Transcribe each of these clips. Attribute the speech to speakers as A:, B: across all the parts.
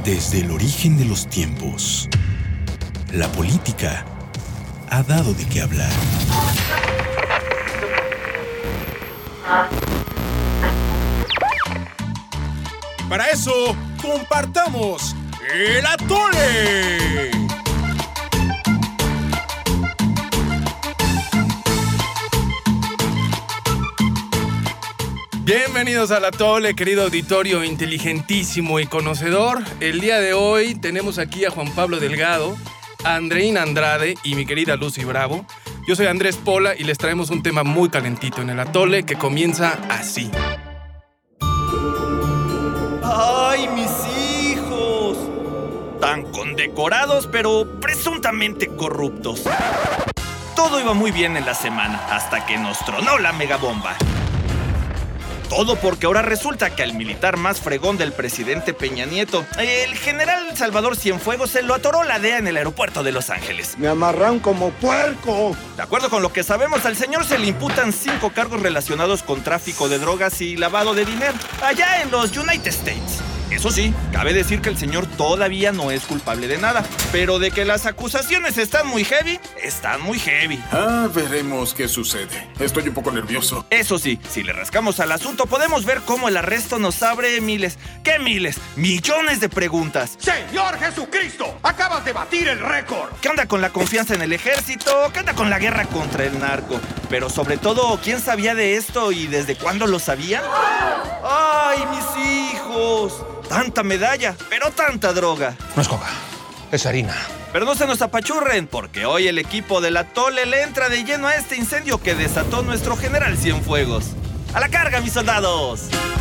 A: Desde el origen de los tiempos, la política ha dado de qué hablar.
B: Para eso, compartamos el Atole. Bienvenidos al Atole, querido auditorio inteligentísimo y conocedor. El día de hoy tenemos aquí a Juan Pablo Delgado, a Andreina Andrade y mi querida Lucy Bravo. Yo soy Andrés Pola y les traemos un tema muy calentito en el Atole que comienza así.
C: ¡Ay, mis hijos! Tan condecorados, pero presuntamente corruptos. Todo iba muy bien en la semana, hasta que nos tronó la megabomba. Todo porque ahora resulta que al militar más fregón del presidente Peña Nieto, el general Salvador Cienfuegos, se lo atoró la DEA en el aeropuerto de Los Ángeles.
D: ¡Me amarran como puerco!
C: De acuerdo con lo que sabemos, al señor se le imputan 5 cargos relacionados con tráfico de drogas y lavado de dinero, allá en los United States. Eso sí, cabe decir que el señor todavía no es culpable de nada, pero de que las acusaciones están muy heavy, están muy heavy.
E: Veremos qué sucede. Estoy un poco nervioso.
C: Eso sí, si le rascamos al asunto, podemos ver cómo el arresto nos abre miles, ¿qué miles? Millones de preguntas.
D: ¡Señor Jesucristo! ¡Acabas de batir el récord!
C: ¿Qué onda con la confianza en el ejército? ¿Qué onda con la guerra contra el narco? Pero sobre todo, ¿quién sabía de esto y desde cuándo lo sabían? ¡Ay, mis hijos! Tanta medalla, pero tanta droga.
F: No es coca, es harina.
C: Pero no se nos apachurren, porque hoy el equipo del Atole le entra de lleno a este incendio que desató nuestro general Cienfuegos. ¡A la carga, mis soldados!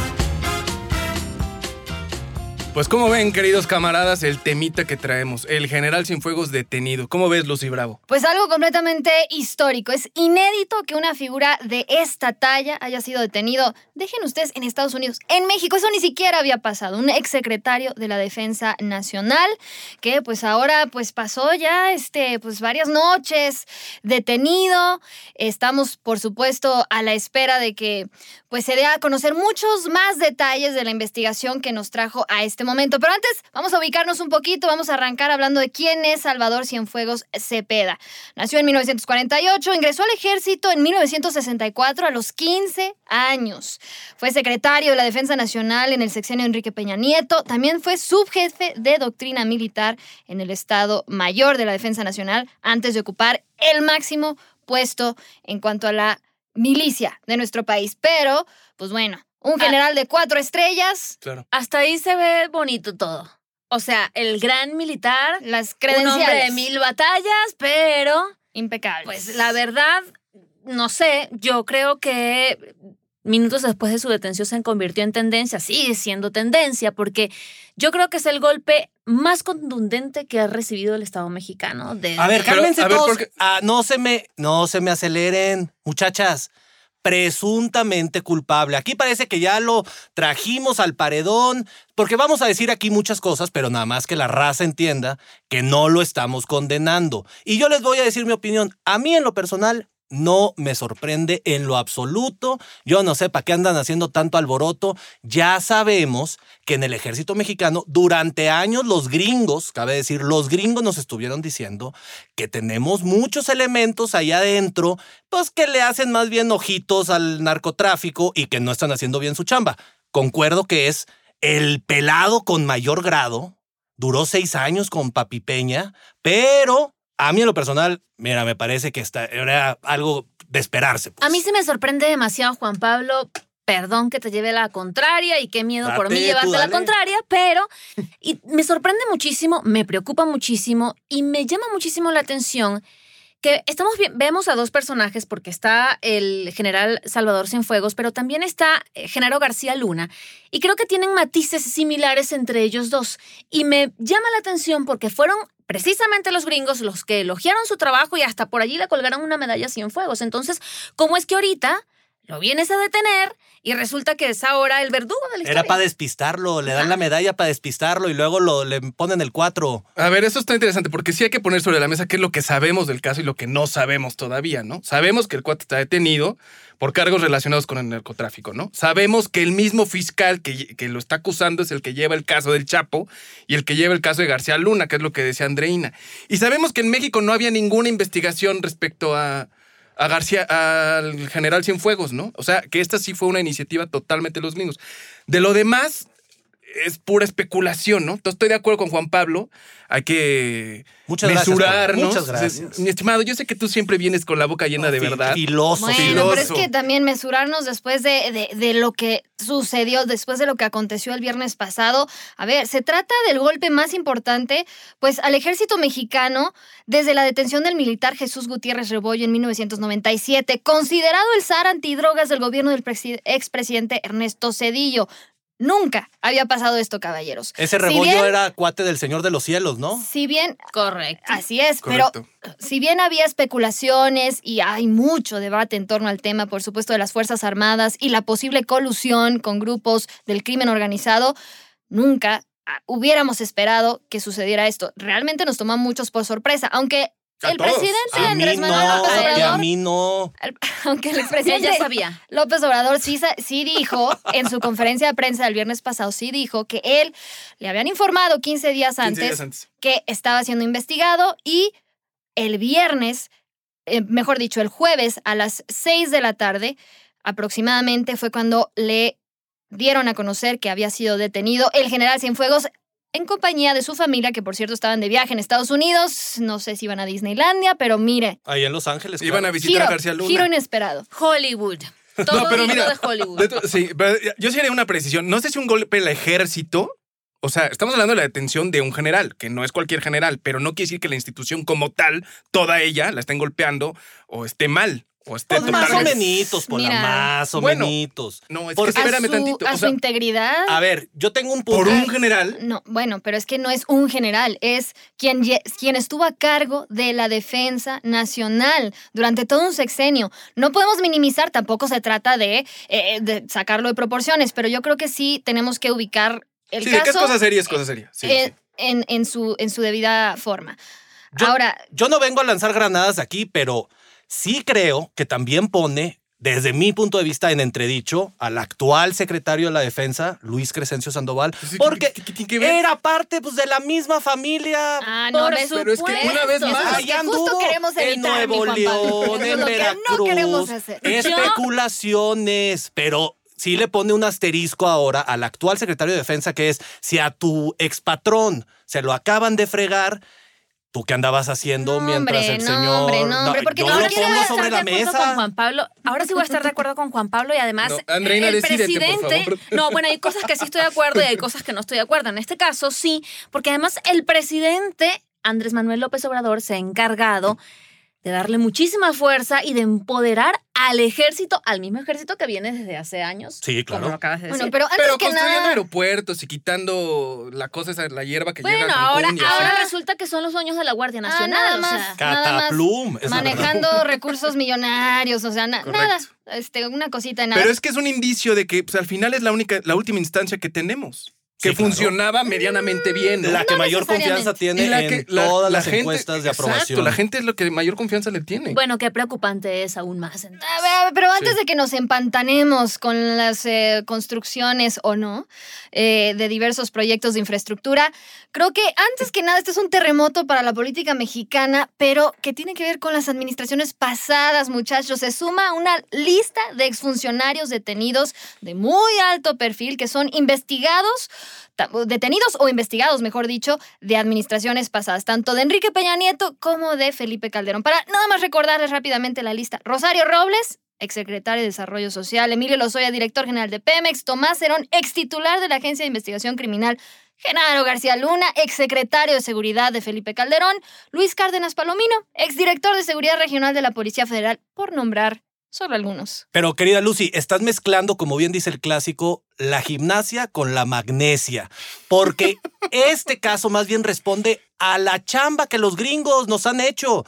B: Pues como ven, queridos camaradas, el temita que traemos, el general Cienfuegos detenido. ¿Cómo ves, Lucy Bravo?
G: Pues algo completamente histórico. Es inédito que una figura de esta talla haya sido detenido. Dejen ustedes en Estados Unidos, en México, eso ni siquiera había pasado. Un exsecretario de la Defensa Nacional que pues ahora pues pasó ya pues varias noches detenido. Estamos, por supuesto, a la espera de que pues se dé a conocer muchos más detalles de la investigación que nos trajo a este momento. Pero antes vamos a ubicarnos un poquito, vamos a arrancar hablando de quién es Salvador Cienfuegos Cepeda. Nació en 1948, ingresó al ejército en 1964 a los 15 años. Fue secretario de la Defensa Nacional en el sexenio de Enrique Peña Nieto. También fue subjefe de doctrina militar en el Estado Mayor de la Defensa Nacional antes de ocupar el máximo puesto en cuanto a la milicia de nuestro país. Pero, pues bueno, un general de 4 estrellas.
B: Claro.
H: Hasta ahí se ve bonito todo. O sea, el gran militar,
G: Las
H: un hombre de
G: credenciales
H: 1000 batallas, pero
G: impecables.
H: pues la verdad, no sé, yo creo que minutos después de su detención se convirtió en tendencia, sigue siendo tendencia, porque yo creo que es el golpe más contundente que ha recibido el Estado mexicano.
F: A ver, cálmense
B: a ver,
F: todos.
B: porque-
F: No se me aceleren, muchachas. Presuntamente culpable. Aquí parece que ya lo trajimos al paredón, porque vamos a decir aquí muchas cosas, pero nada más que la raza entienda que no lo estamos condenando. Y yo les voy a decir mi opinión. A mí, en lo personal, no me sorprende en lo absoluto. Yo no sé para qué andan haciendo tanto alboroto. Ya sabemos que en el ejército mexicano, durante años, los gringos, cabe decir, los gringos nos estuvieron diciendo que tenemos muchos elementos allá adentro, pues que le hacen más bien ojitos al narcotráfico y que no están haciendo bien su chamba. Concuerdo que es el pelado con mayor grado. Duró 6 años con Papi Peña, pero a mí en lo personal, mira, me parece que era algo de esperarse. Pues.
H: A mí se me sorprende demasiado, Juan Pablo. Perdón que te lleve la contraria y qué miedo por mí
F: Date,
H: llevarte
F: tú
H: la
F: dale.
H: contraria, pero y me sorprende muchísimo, me preocupa muchísimo y me llama muchísimo la atención que vemos a 2 personajes porque está el general Salvador Cienfuegos, pero también está Genaro García Luna y creo que tienen matices similares entre ellos dos y me llama la atención porque fueron precisamente los gringos los que elogiaron su trabajo y hasta por allí le colgaron una medalla a Cienfuegos. Entonces, ¿cómo es que ahorita Lo vienes a detener y resulta que es ahora el verdugo de la historia.
F: Era para despistarlo, le dan la medalla para despistarlo y luego le ponen el 4.
B: A ver, eso está interesante porque sí hay que poner sobre la mesa qué es lo que sabemos del caso y lo que no sabemos todavía, ¿no? Sabemos que el cuate está detenido por cargos relacionados con el narcotráfico, ¿no? Sabemos que el mismo fiscal que lo está acusando es el que lleva el caso del Chapo y el que lleva el caso de García Luna, que es lo que decía Andreina. Y sabemos que en México no había ninguna investigación respecto a García, al general Cienfuegos, ¿no? O sea, que esta sí fue una iniciativa totalmente de los gringos. De lo demás, es pura especulación, ¿no? Entonces, estoy de acuerdo con Juan Pablo. Hay que mesurarnos.
F: Muchas gracias.
B: Mi estimado, yo sé que tú siempre vienes con la boca llena de verdad.
F: Filoso.
G: Bueno, pero es que también mesurarnos después de lo que sucedió, después de lo que aconteció el viernes pasado. A ver, se trata del golpe más importante, pues, al ejército mexicano desde la detención del militar Jesús Gutiérrez Rebollo en 1997, considerado el zar antidrogas del gobierno del expresidente Ernesto Zedillo. Nunca había pasado esto, caballeros.
F: Ese Rebollo era cuate del Señor de los Cielos, ¿no?
G: Si bien...
H: Correcto.
G: Así es,
B: Correcto.
G: Pero si bien había especulaciones y hay mucho debate en torno al tema, por supuesto, de las Fuerzas Armadas y la posible colusión con grupos del crimen organizado, nunca hubiéramos esperado que sucediera esto. Realmente nos tomó a muchos por sorpresa, aunque... El presidente Andrés Manuel López Obrador...
F: A mí no.
G: Aunque el expresidente
H: Ya sabía.
G: López Obrador sí dijo, en su conferencia de prensa del viernes pasado, sí dijo que él le habían informado 15 días antes que estaba siendo investigado y el viernes, mejor dicho, el jueves a las 6 de la tarde aproximadamente fue cuando le dieron a conocer que había sido detenido el general Cienfuegos en compañía de su familia, que por cierto estaban de viaje en Estados Unidos. No sé si iban a Disneylandia, pero mire.
F: Ahí en Los Ángeles.
B: Iban a visitar a García Luna.
G: Giro inesperado.
H: Hollywood. Todo
B: No, pero mira,
H: de Hollywood.
B: Sí, pero yo sí haría una precisión. No sé si un golpe al ejército... O sea, estamos hablando de la detención de un general, que no es cualquier general, pero no quiere decir que la institución como tal, toda ella, la estén golpeando o esté mal. O esté
F: Pues más o
B: totalmente...
F: menitos, Pola,
G: Mira,
F: más o
B: bueno,
F: menitos.
B: No, es
F: Porque
B: que espérame tantito.
G: A
B: O
G: su
B: sea,
G: integridad.
F: A ver, yo tengo un punto.
B: por un general...
G: No, bueno, pero es que no es un general, es quien estuvo a cargo de la defensa nacional durante todo un sexenio. No podemos minimizar, tampoco se trata de sacarlo de proporciones, pero yo creo que sí tenemos que ubicar el
B: sí,
G: caso
B: de que es cosa seria, es cosa seria. Sí, sí.
G: En su debida forma.
F: Ahora, yo no vengo a lanzar granadas aquí, pero sí creo que también pone, desde mi punto de vista, en entredicho al actual secretario de la Defensa, Luis Crescencio Sandoval,
B: Sí,
F: porque
B: ¿qué tiene que ver?
F: era parte pues, de la misma familia.
G: Ah, no,
H: Por
G: ¿ves?
B: Pero es que una vez
G: Eso es
B: más...
G: lo
F: Ahí
G: que
F: anduvo
G: justo queremos
F: en
G: evitar, mi
F: Nuevo
G: Juan Pablo.
F: León,
G: Eso es
F: en
G: lo que
F: Veracruz.
G: no queremos hacer.
F: Especulaciones, pero sí le pone un asterisco ahora al actual secretario de Defensa, que es, si a tu expatrón se lo acaban de fregar, ¿tú qué andabas haciendo
G: No,
F: mientras
G: hombre,
F: el
G: no,
F: señor...?
G: hombre, porque
F: yo
G: ni
F: lo
G: siquiera
F: pongo
G: voy a
F: sobre la
H: Con
F: mesa.
H: Juan Pablo. Ahora sí voy a estar de acuerdo con Juan Pablo y además
B: No, Andreina,
H: el
B: decídete, por
H: presidente...
B: favor.
H: No, bueno, hay cosas que sí estoy de acuerdo y hay cosas que no estoy de acuerdo. En este caso sí, porque además el presidente Andrés Manuel López Obrador se ha encargado de darle muchísima fuerza y de empoderar al ejército, al mismo ejército que viene desde hace años.
F: Sí, claro.
H: Como lo acabas de decir.
G: Bueno, pero antes
B: Pero
G: que
B: construyendo
G: nada...
B: aeropuertos y quitando la cosa esa, la hierba que llega
H: Bueno,
B: a Cancún.
H: ahora resulta que son los dueños de la Guardia Nacional.
G: nada
H: o
G: más.
H: sea.
G: Nada más
F: Cataplum, es la
G: manejando recursos millonarios, o sea, nada,
B: Correcto.
G: una cosita de nada.
B: Pero es que es un indicio de que pues, al final es la última instancia que tenemos. Que
F: Sí, claro.
B: funcionaba medianamente bien, ¿no?
F: La que
G: No
F: mayor confianza tiene
B: Y
F: en todas las
B: gente-
F: encuestas de
B: Exacto,
F: aprobación.
B: la gente es lo que mayor confianza le tiene.
H: Bueno, qué preocupante es aún más. Entonces.
G: A ver, pero antes de que nos empantanemos con las construcciones o no de diversos proyectos de infraestructura, creo que antes que nada este es un terremoto para la política mexicana, pero que tiene que ver con las administraciones pasadas, muchachos. Se suma una lista de exfuncionarios detenidos de muy alto perfil que son detenidos o investigados, mejor dicho, de administraciones pasadas, tanto de Enrique Peña Nieto como de Felipe Calderón. Para nada más recordarles rápidamente la lista: Rosario Robles, exsecretario de Desarrollo Social; Emilio Lozoya, director general de Pemex; Tomás Herón, extitular de la Agencia de Investigación Criminal; Genaro García Luna, exsecretario de Seguridad de Felipe Calderón; Luis Cárdenas Palomino, exdirector de Seguridad Regional de la Policía Federal, por nombrar solo algunos.
F: Pero, querida Lucy, estás mezclando, como bien dice el clásico, la gimnasia con la magnesia. Porque este caso más bien responde a la chamba que los gringos nos han hecho.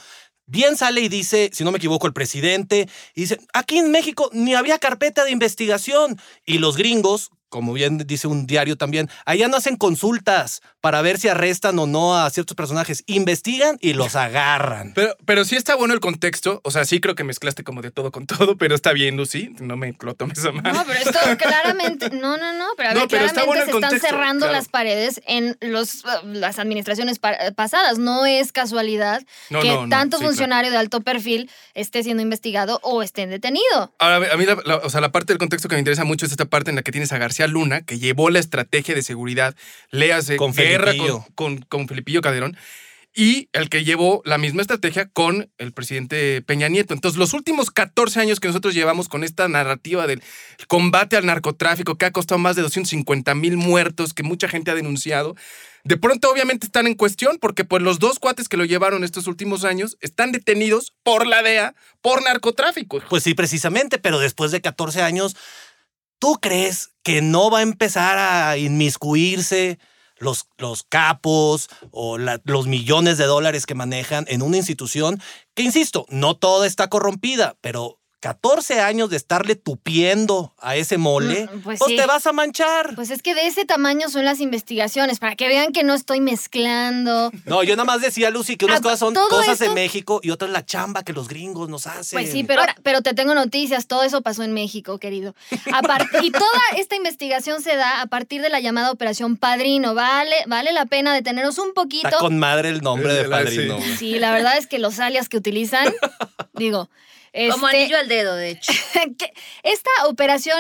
F: Bien sale y dice, si no me equivoco, el presidente, y dice, aquí en México ni había carpeta de investigación. Y los gringos, como bien dice un diario también, allá no hacen consultas para ver si arrestan o no a ciertos personajes. Investigan y los agarran.
B: Pero sí está bueno el contexto. O sea, sí creo que mezclaste como de todo con todo, pero está bien, Lucy. No me lo tomes a mal.
G: No, pero esto claramente... No, pero a ver,
B: pero está
G: claramente
B: bueno el
G: se están
B: contexto,
G: cerrando
B: claro.
G: las paredes en las administraciones pasadas. No es casualidad que tanto
B: sí,
G: funcionario de alto perfil esté siendo investigado o esté detenido.
B: Ahora, a mí la parte del contexto que me interesa mucho es esta parte en la que tienes a García Luna, que llevó la estrategia de seguridad, léase,
F: Con
B: guerra
F: Felipillo.
B: con Felipillo Calderón, y el que llevó la misma estrategia con el presidente Peña Nieto. Entonces, los últimos 14 años que nosotros llevamos con esta narrativa del combate al narcotráfico, que ha costado más de 250,000 muertos, que mucha gente ha denunciado, de pronto obviamente están en cuestión porque pues los dos cuates que lo llevaron estos últimos años están detenidos por la DEA por narcotráfico.
F: Pues sí, precisamente, pero después de 14 años, ¿tú crees que no va a empezar a inmiscuirse los capos o los millones de dólares que manejan en una institución que, insisto, no toda está corrompida, pero 14 años de estarle tupiendo a ese mole,
G: Pues
F: pues
G: sí.
F: te vas a manchar.
G: Pues es que de ese tamaño son las investigaciones, para que vean que no estoy mezclando.
F: No, yo nada más decía, Lucy, que unas cosas son
G: todo
F: cosas
G: esto-
F: de México y otras la chamba que los gringos nos hacen.
G: Pues sí, pero te tengo noticias, todo eso pasó en México, querido. Y toda esta investigación se da a partir de la llamada Operación Padrino. Vale la pena detenernos un poquito.
F: Está con madre el nombre de
B: Sí.
F: padrino. güey.
G: Sí, la verdad es que los alias que utilizan, digo...
H: Como anillo al dedo, de hecho.
G: que esta operación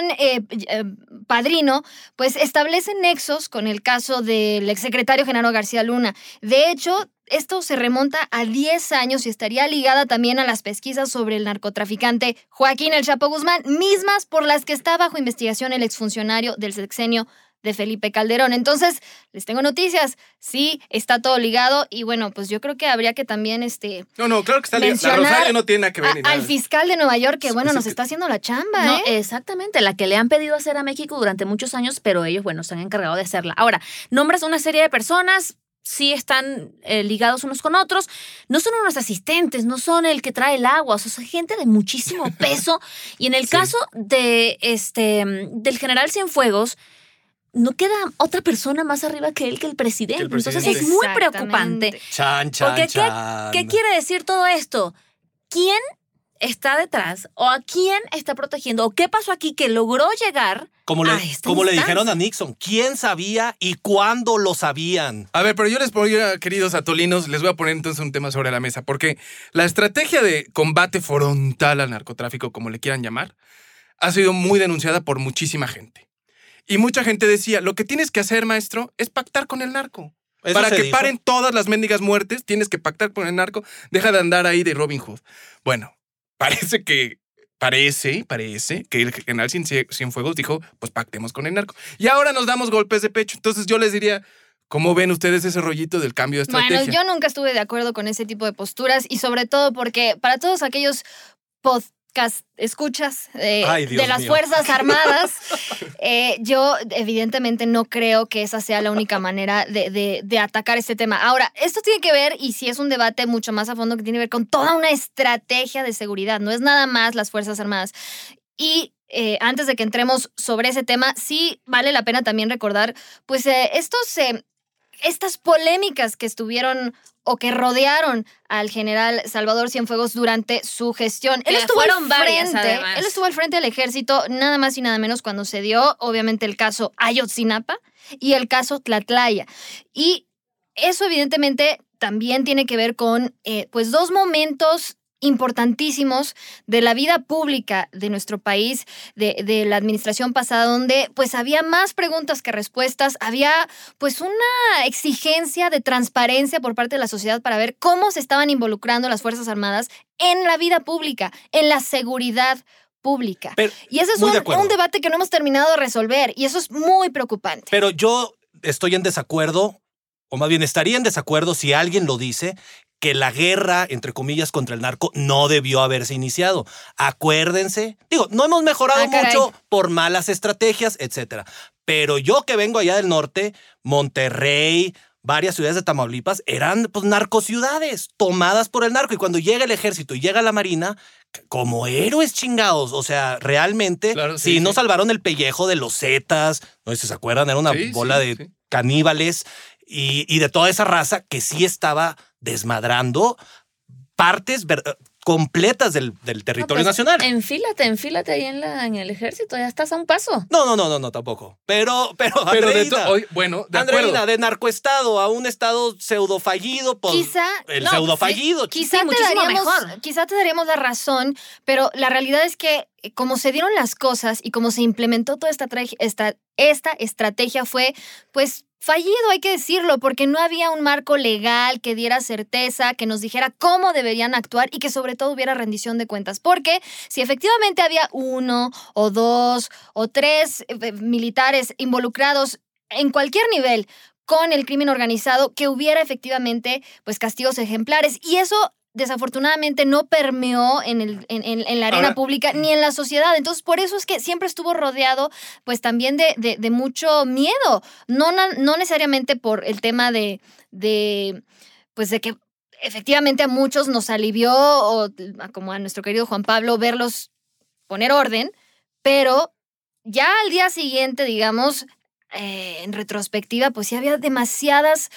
G: Padrino, pues establece nexos con el caso del exsecretario Genaro García Luna. De hecho, esto se remonta a 10 años y estaría ligada también a las pesquisas sobre el narcotraficante Joaquín El Chapo Guzmán, mismas por las que está bajo investigación el exfuncionario del sexenio de Felipe Calderón. Entonces, les tengo noticias. Sí, está todo ligado y bueno, pues yo creo que habría que también
B: No, claro que está ligado. La
G: mencionar
B: Rosario no tiene nada que ver ni nada.
G: al fiscal de Nueva York que bueno,
B: Sí,
G: nos
B: que-
G: está haciendo la chamba,
H: No,
G: ¿eh?
H: exactamente, la que le han pedido hacer a México durante muchos años, pero ellos, bueno, se han encargado de hacerla. Ahora, nombras una serie de personas, sí están ligados unos con otros, no son unos asistentes, no son el que trae el agua, o sea, son gente de muchísimo peso. Y en el caso de del general Cienfuegos, no queda otra persona más arriba que él, que el presidente. Entonces
B: presidente.
H: es muy
G: Exactamente.
H: preocupante.
F: Chan,
H: Porque
F: chan.
H: ¿qué quiere decir todo esto? ¿Quién está detrás o a quién está protegiendo o qué pasó aquí que logró llegar
F: Como
H: a
F: le
H: esta
F: dijeron a
H: instancia?
F: Nixon, ¿quién sabía y cuándo lo sabían?
B: A ver, pero yo les voy a, queridos atolinos, les voy a poner entonces un tema sobre la mesa, porque la estrategia de combate frontal al narcotráfico, como le quieran llamar, ha sido muy denunciada por muchísima gente. Y mucha gente decía, lo que tienes que hacer, maestro, es pactar con el narco.
F: Eso
B: Para
F: se
B: que
F: dijo.
B: paren todas las mendigas muertes, tienes que pactar con el narco. Deja de andar ahí de Robin Hood. Bueno, parece que el general Cienfuegos dijo, pues pactemos con el narco. Y ahora nos damos golpes de pecho. Entonces yo les diría, ¿cómo ven ustedes ese rollito del cambio de estrategia?
G: Bueno, yo nunca estuve de acuerdo con ese tipo de posturas y sobre todo porque para todos aquellos podcast escuchas
F: Ay, Dios
G: de las
F: mío.
G: Fuerzas Armadas, yo evidentemente no creo que esa sea la única manera de atacar este tema. Ahora, esto tiene que ver, y sí es un debate mucho más a fondo que tiene que ver con toda una estrategia de seguridad, no es nada más las Fuerzas Armadas. Y antes de que entremos sobre ese tema, sí vale la pena también recordar, pues estas polémicas que estuvieron o que rodearon al general Salvador Cienfuegos durante su gestión.
H: Que fueron varias, además.
G: Él estuvo al frente del ejército nada más y nada menos cuando se dio, obviamente, el caso Ayotzinapa y el caso Tlatlaya. Y eso evidentemente también tiene que ver con pues dos momentos importantísimos de la vida pública de nuestro país, de la administración pasada, donde pues había más preguntas que respuestas, había pues una exigencia de transparencia por parte de la sociedad para ver cómo se estaban involucrando las Fuerzas Armadas en la vida pública, en la seguridad pública.
F: Pero,
G: y ese es
F: muy de acuerdo.
G: un debate que no hemos terminado de resolver y eso es muy preocupante.
F: Pero yo estoy en desacuerdo, o más bien estaría en desacuerdo si alguien lo dice, que la guerra, entre comillas, contra el narco no debió haberse iniciado. Acuérdense, digo, no hemos mejorado
G: caray.
F: mucho por malas estrategias, etcétera. Pero yo que vengo allá del norte, Monterrey, varias ciudades de Tamaulipas eran pues narcociudades tomadas por el narco. Y cuando llega el ejército y llega la marina, como héroes chingados. O sea, realmente,
B: Claro,
F: sí,
B: sí,
F: no
B: sí.
F: salvaron el pellejo de los Zetas. No sé si se acuerdan, era una
B: Sí,
F: bola
B: sí,
F: de
B: sí.
F: caníbales y de toda esa raza que sí estaba desmadrando partes completas del territorio
H: No, pues,
F: nacional.
H: Enfílate ahí en el ejército, ya estás a un paso.
F: No, tampoco. Pero
B: Pero
F: Andreina,
B: bueno, de
F: Andreina,
B: acuerdo.
F: de narcoestado a un estado pseudofallido, pues
G: Quizá,
F: el
G: no,
F: pseudofallido.
G: Quizá
H: Sí,
G: te
H: muchísimo
G: daríamos,
H: mejor.
G: quizá te daríamos la razón, pero la realidad es que como se dieron las cosas y como se implementó toda esta estrategia fue, pues, fallido, hay que decirlo, porque no había un marco legal que diera certeza, que nos dijera cómo deberían actuar y que sobre todo hubiera rendición de cuentas. Porque si efectivamente había 1 o 2 o 3 militares involucrados en cualquier nivel con el crimen organizado, que hubiera efectivamente pues castigos ejemplares. Y eso desafortunadamente no permeó en la arena
B: Ahora,
G: pública ni en la sociedad. Entonces, por eso es que siempre estuvo rodeado pues también de mucho miedo. No necesariamente por el tema de que efectivamente a muchos nos alivió, o como a nuestro querido Juan Pablo, verlos poner orden, pero ya al día siguiente, digamos, en retrospectiva, pues sí había demasiadas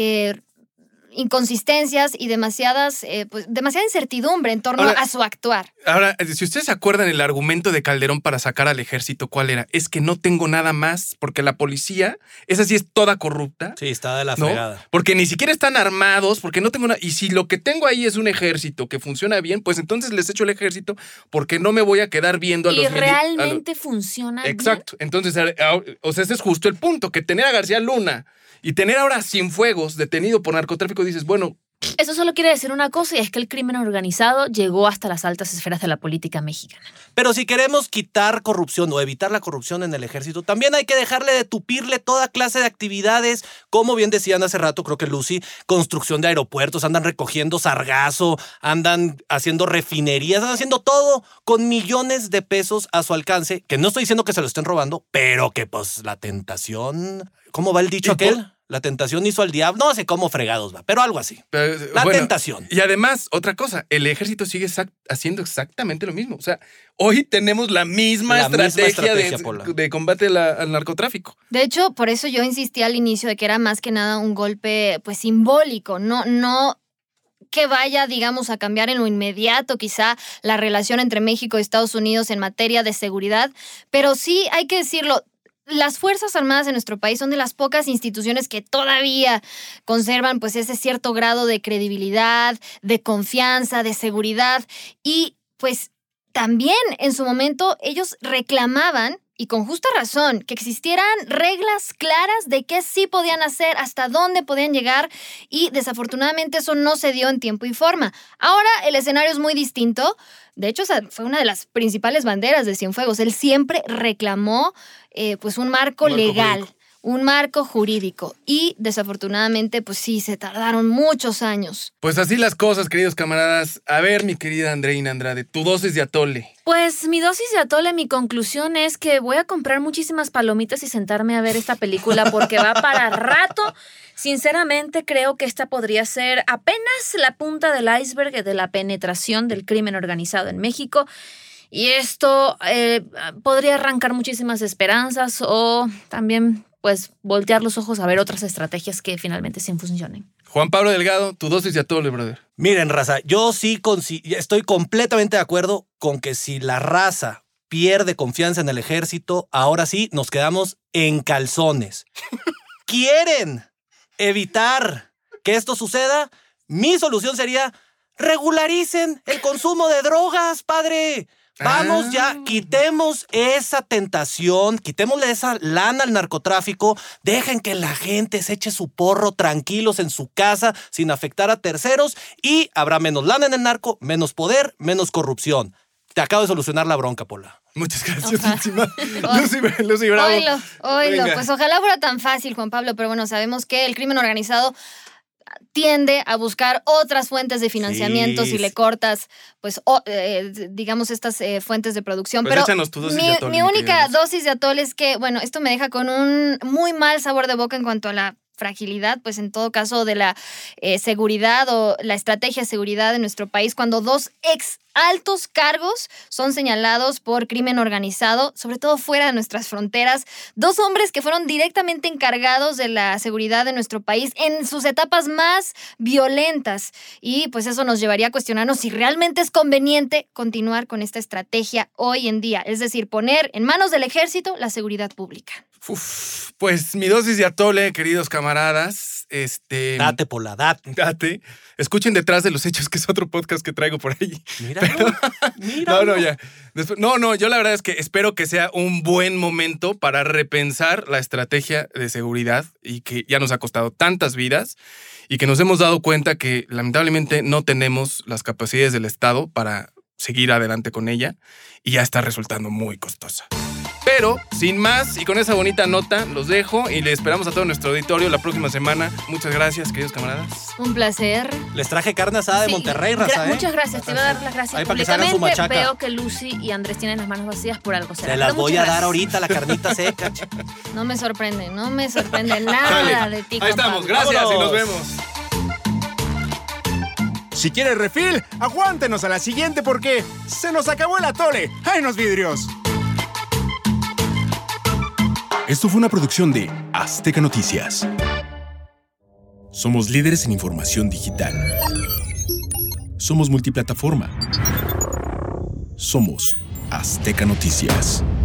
G: inconsistencias y demasiada incertidumbre en torno
B: Ahora,
G: a su actuar.
B: Ahora, si ustedes se acuerdan el argumento de Calderón para sacar al ejército, ¿cuál era? Es que no tengo nada más, porque la policía, esa sí es toda corrupta.
F: Sí, está de la
B: ¿No?
F: fregada.
B: Porque ni siquiera están armados, porque no tengo nada. Y si lo que tengo ahí es un ejército que funciona bien, pues entonces les echo el ejército porque no me voy a quedar viendo a
H: Y
B: los
H: realmente funciona bien.
B: Exacto. Entonces, o sea, ese es justo el punto, que tener a García Luna y tener ahora Cienfuegos detenido por narcotráfico, dices, bueno,
H: Eso solo quiere decir una cosa, y es que el crimen organizado llegó hasta las altas esferas de la política mexicana.
F: Pero si queremos quitar corrupción o evitar la corrupción en el ejército, también hay que dejarle de tupirle toda clase de actividades, como bien decían hace rato, creo que Lucy, construcción de aeropuertos, andan recogiendo sargazo, andan haciendo refinerías, andan haciendo todo con millones de pesos a su alcance, que no estoy diciendo que se lo estén robando, pero que pues la tentación... ¿Cómo va el dicho aquel? La tentación hizo al diablo. No sé cómo fregados va, pero algo así. La tentación.
B: Y además, otra cosa, el ejército sigue haciendo exactamente lo mismo. O sea, hoy tenemos la misma estrategia de combate al narcotráfico.
G: De hecho, por eso yo insistí al inicio de que era más que nada un golpe pues simbólico, no que vaya, digamos, a cambiar en lo inmediato quizá la relación entre México y Estados Unidos en materia de seguridad, pero sí hay que decirlo. Las Fuerzas Armadas de nuestro país son de las pocas instituciones que todavía conservan pues ese cierto grado de credibilidad, de confianza, de seguridad, y pues también en su momento ellos reclamaban, y con justa razón, que existieran reglas claras de qué sí podían hacer, hasta dónde podían llegar, y desafortunadamente eso no se dio en tiempo y forma. Ahora el escenario es muy distinto. De hecho, esa fue una de las principales banderas de Cienfuegos. Él siempre reclamó pues un marco legal, jurídico. Un marco jurídico. Y desafortunadamente, pues sí, se tardaron muchos años.
B: Pues así las cosas, queridos camaradas. A ver, mi querida Andreina Andrade, tu dosis de atole.
H: Pues mi dosis de atole, mi conclusión es que voy a comprar muchísimas palomitas y sentarme a ver esta película porque va para rato. Sinceramente, creo que esta podría ser apenas la punta del iceberg de la penetración del crimen organizado en México. Y esto podría arrancar muchísimas esperanzas o también pues voltear los ojos a ver otras estrategias que finalmente sí funcionen.
B: Juan Pablo Delgado, tu dosis de atole, brother.
F: Miren, raza, yo sí estoy completamente de acuerdo con que si la raza pierde confianza en el ejército, ahora sí nos quedamos en calzones. ¿Quieren evitar que esto suceda? Mi solución sería: regularicen el consumo de drogas, padre. Vamos ya, quitemos esa tentación, quitémosle esa lana al narcotráfico, dejen que la gente se eche su porro tranquilos en su casa sin afectar a terceros y habrá menos lana en el narco, menos poder, menos corrupción. Te acabo de solucionar la bronca, Pola.
B: Muchas gracias, Lucy Bravo.
G: Oílo. Pues ojalá fuera tan fácil, Juan Pablo, pero bueno, sabemos que el crimen organizado tiende a buscar otras fuentes de financiamiento si le cortas, pues, digamos, estas fuentes de producción.
B: Pues
G: pero
B: échanos tu dosis de atole,
G: mi única dosis de atole es que, bueno, esto me deja con un muy mal sabor de boca en cuanto a la fragilidad, pues en todo caso de la seguridad o la estrategia de seguridad de nuestro país, cuando 2 ex altos cargos son señalados por crimen organizado, sobre todo fuera de nuestras fronteras. 2 hombres que fueron directamente encargados de la seguridad de nuestro país en sus etapas más violentas. Y pues eso nos llevaría a cuestionarnos si realmente es conveniente continuar con esta estrategia hoy en día. Es decir, poner en manos del ejército la seguridad pública.
B: Uf, pues mi dosis de atole, queridos camaradas.
F: Date, Pola, date.
B: Date. Escuchen Detrás de los Hechos, que es otro podcast que traigo por ahí.
F: Míralo.
B: No, ya. Yo la verdad es que espero que sea un buen momento para repensar la estrategia de seguridad y que ya nos ha costado tantas vidas y que nos hemos dado cuenta que lamentablemente no tenemos las capacidades del Estado para seguir adelante con ella y ya está resultando muy costosa. Pero, sin más, y con esa bonita nota, los dejo y le esperamos a todo nuestro auditorio la próxima semana. Muchas gracias, queridos camaradas.
G: Un placer.
F: Les traje carne asada de Monterrey, raza,
H: Muchas gracias, te iba a dar las gracias
F: ahí para que se hagan su
H: públicamente.
F: machaca.
H: Veo que Lucy y Andrés tienen las manos vacías por algo.
F: Se las voy a dar ahorita, la carnita seca.
G: No me sorprende nada de ti.
B: Ahí estamos, gracias.
F: Vámonos.
B: Y nos vemos.
I: Si quieres refil, aguántenos a la siguiente porque se nos acabó el atole. ¡Ay, los vidrios!
A: Esto fue una producción de Azteca Noticias. Somos líderes en información digital. Somos multiplataforma. Somos Azteca Noticias.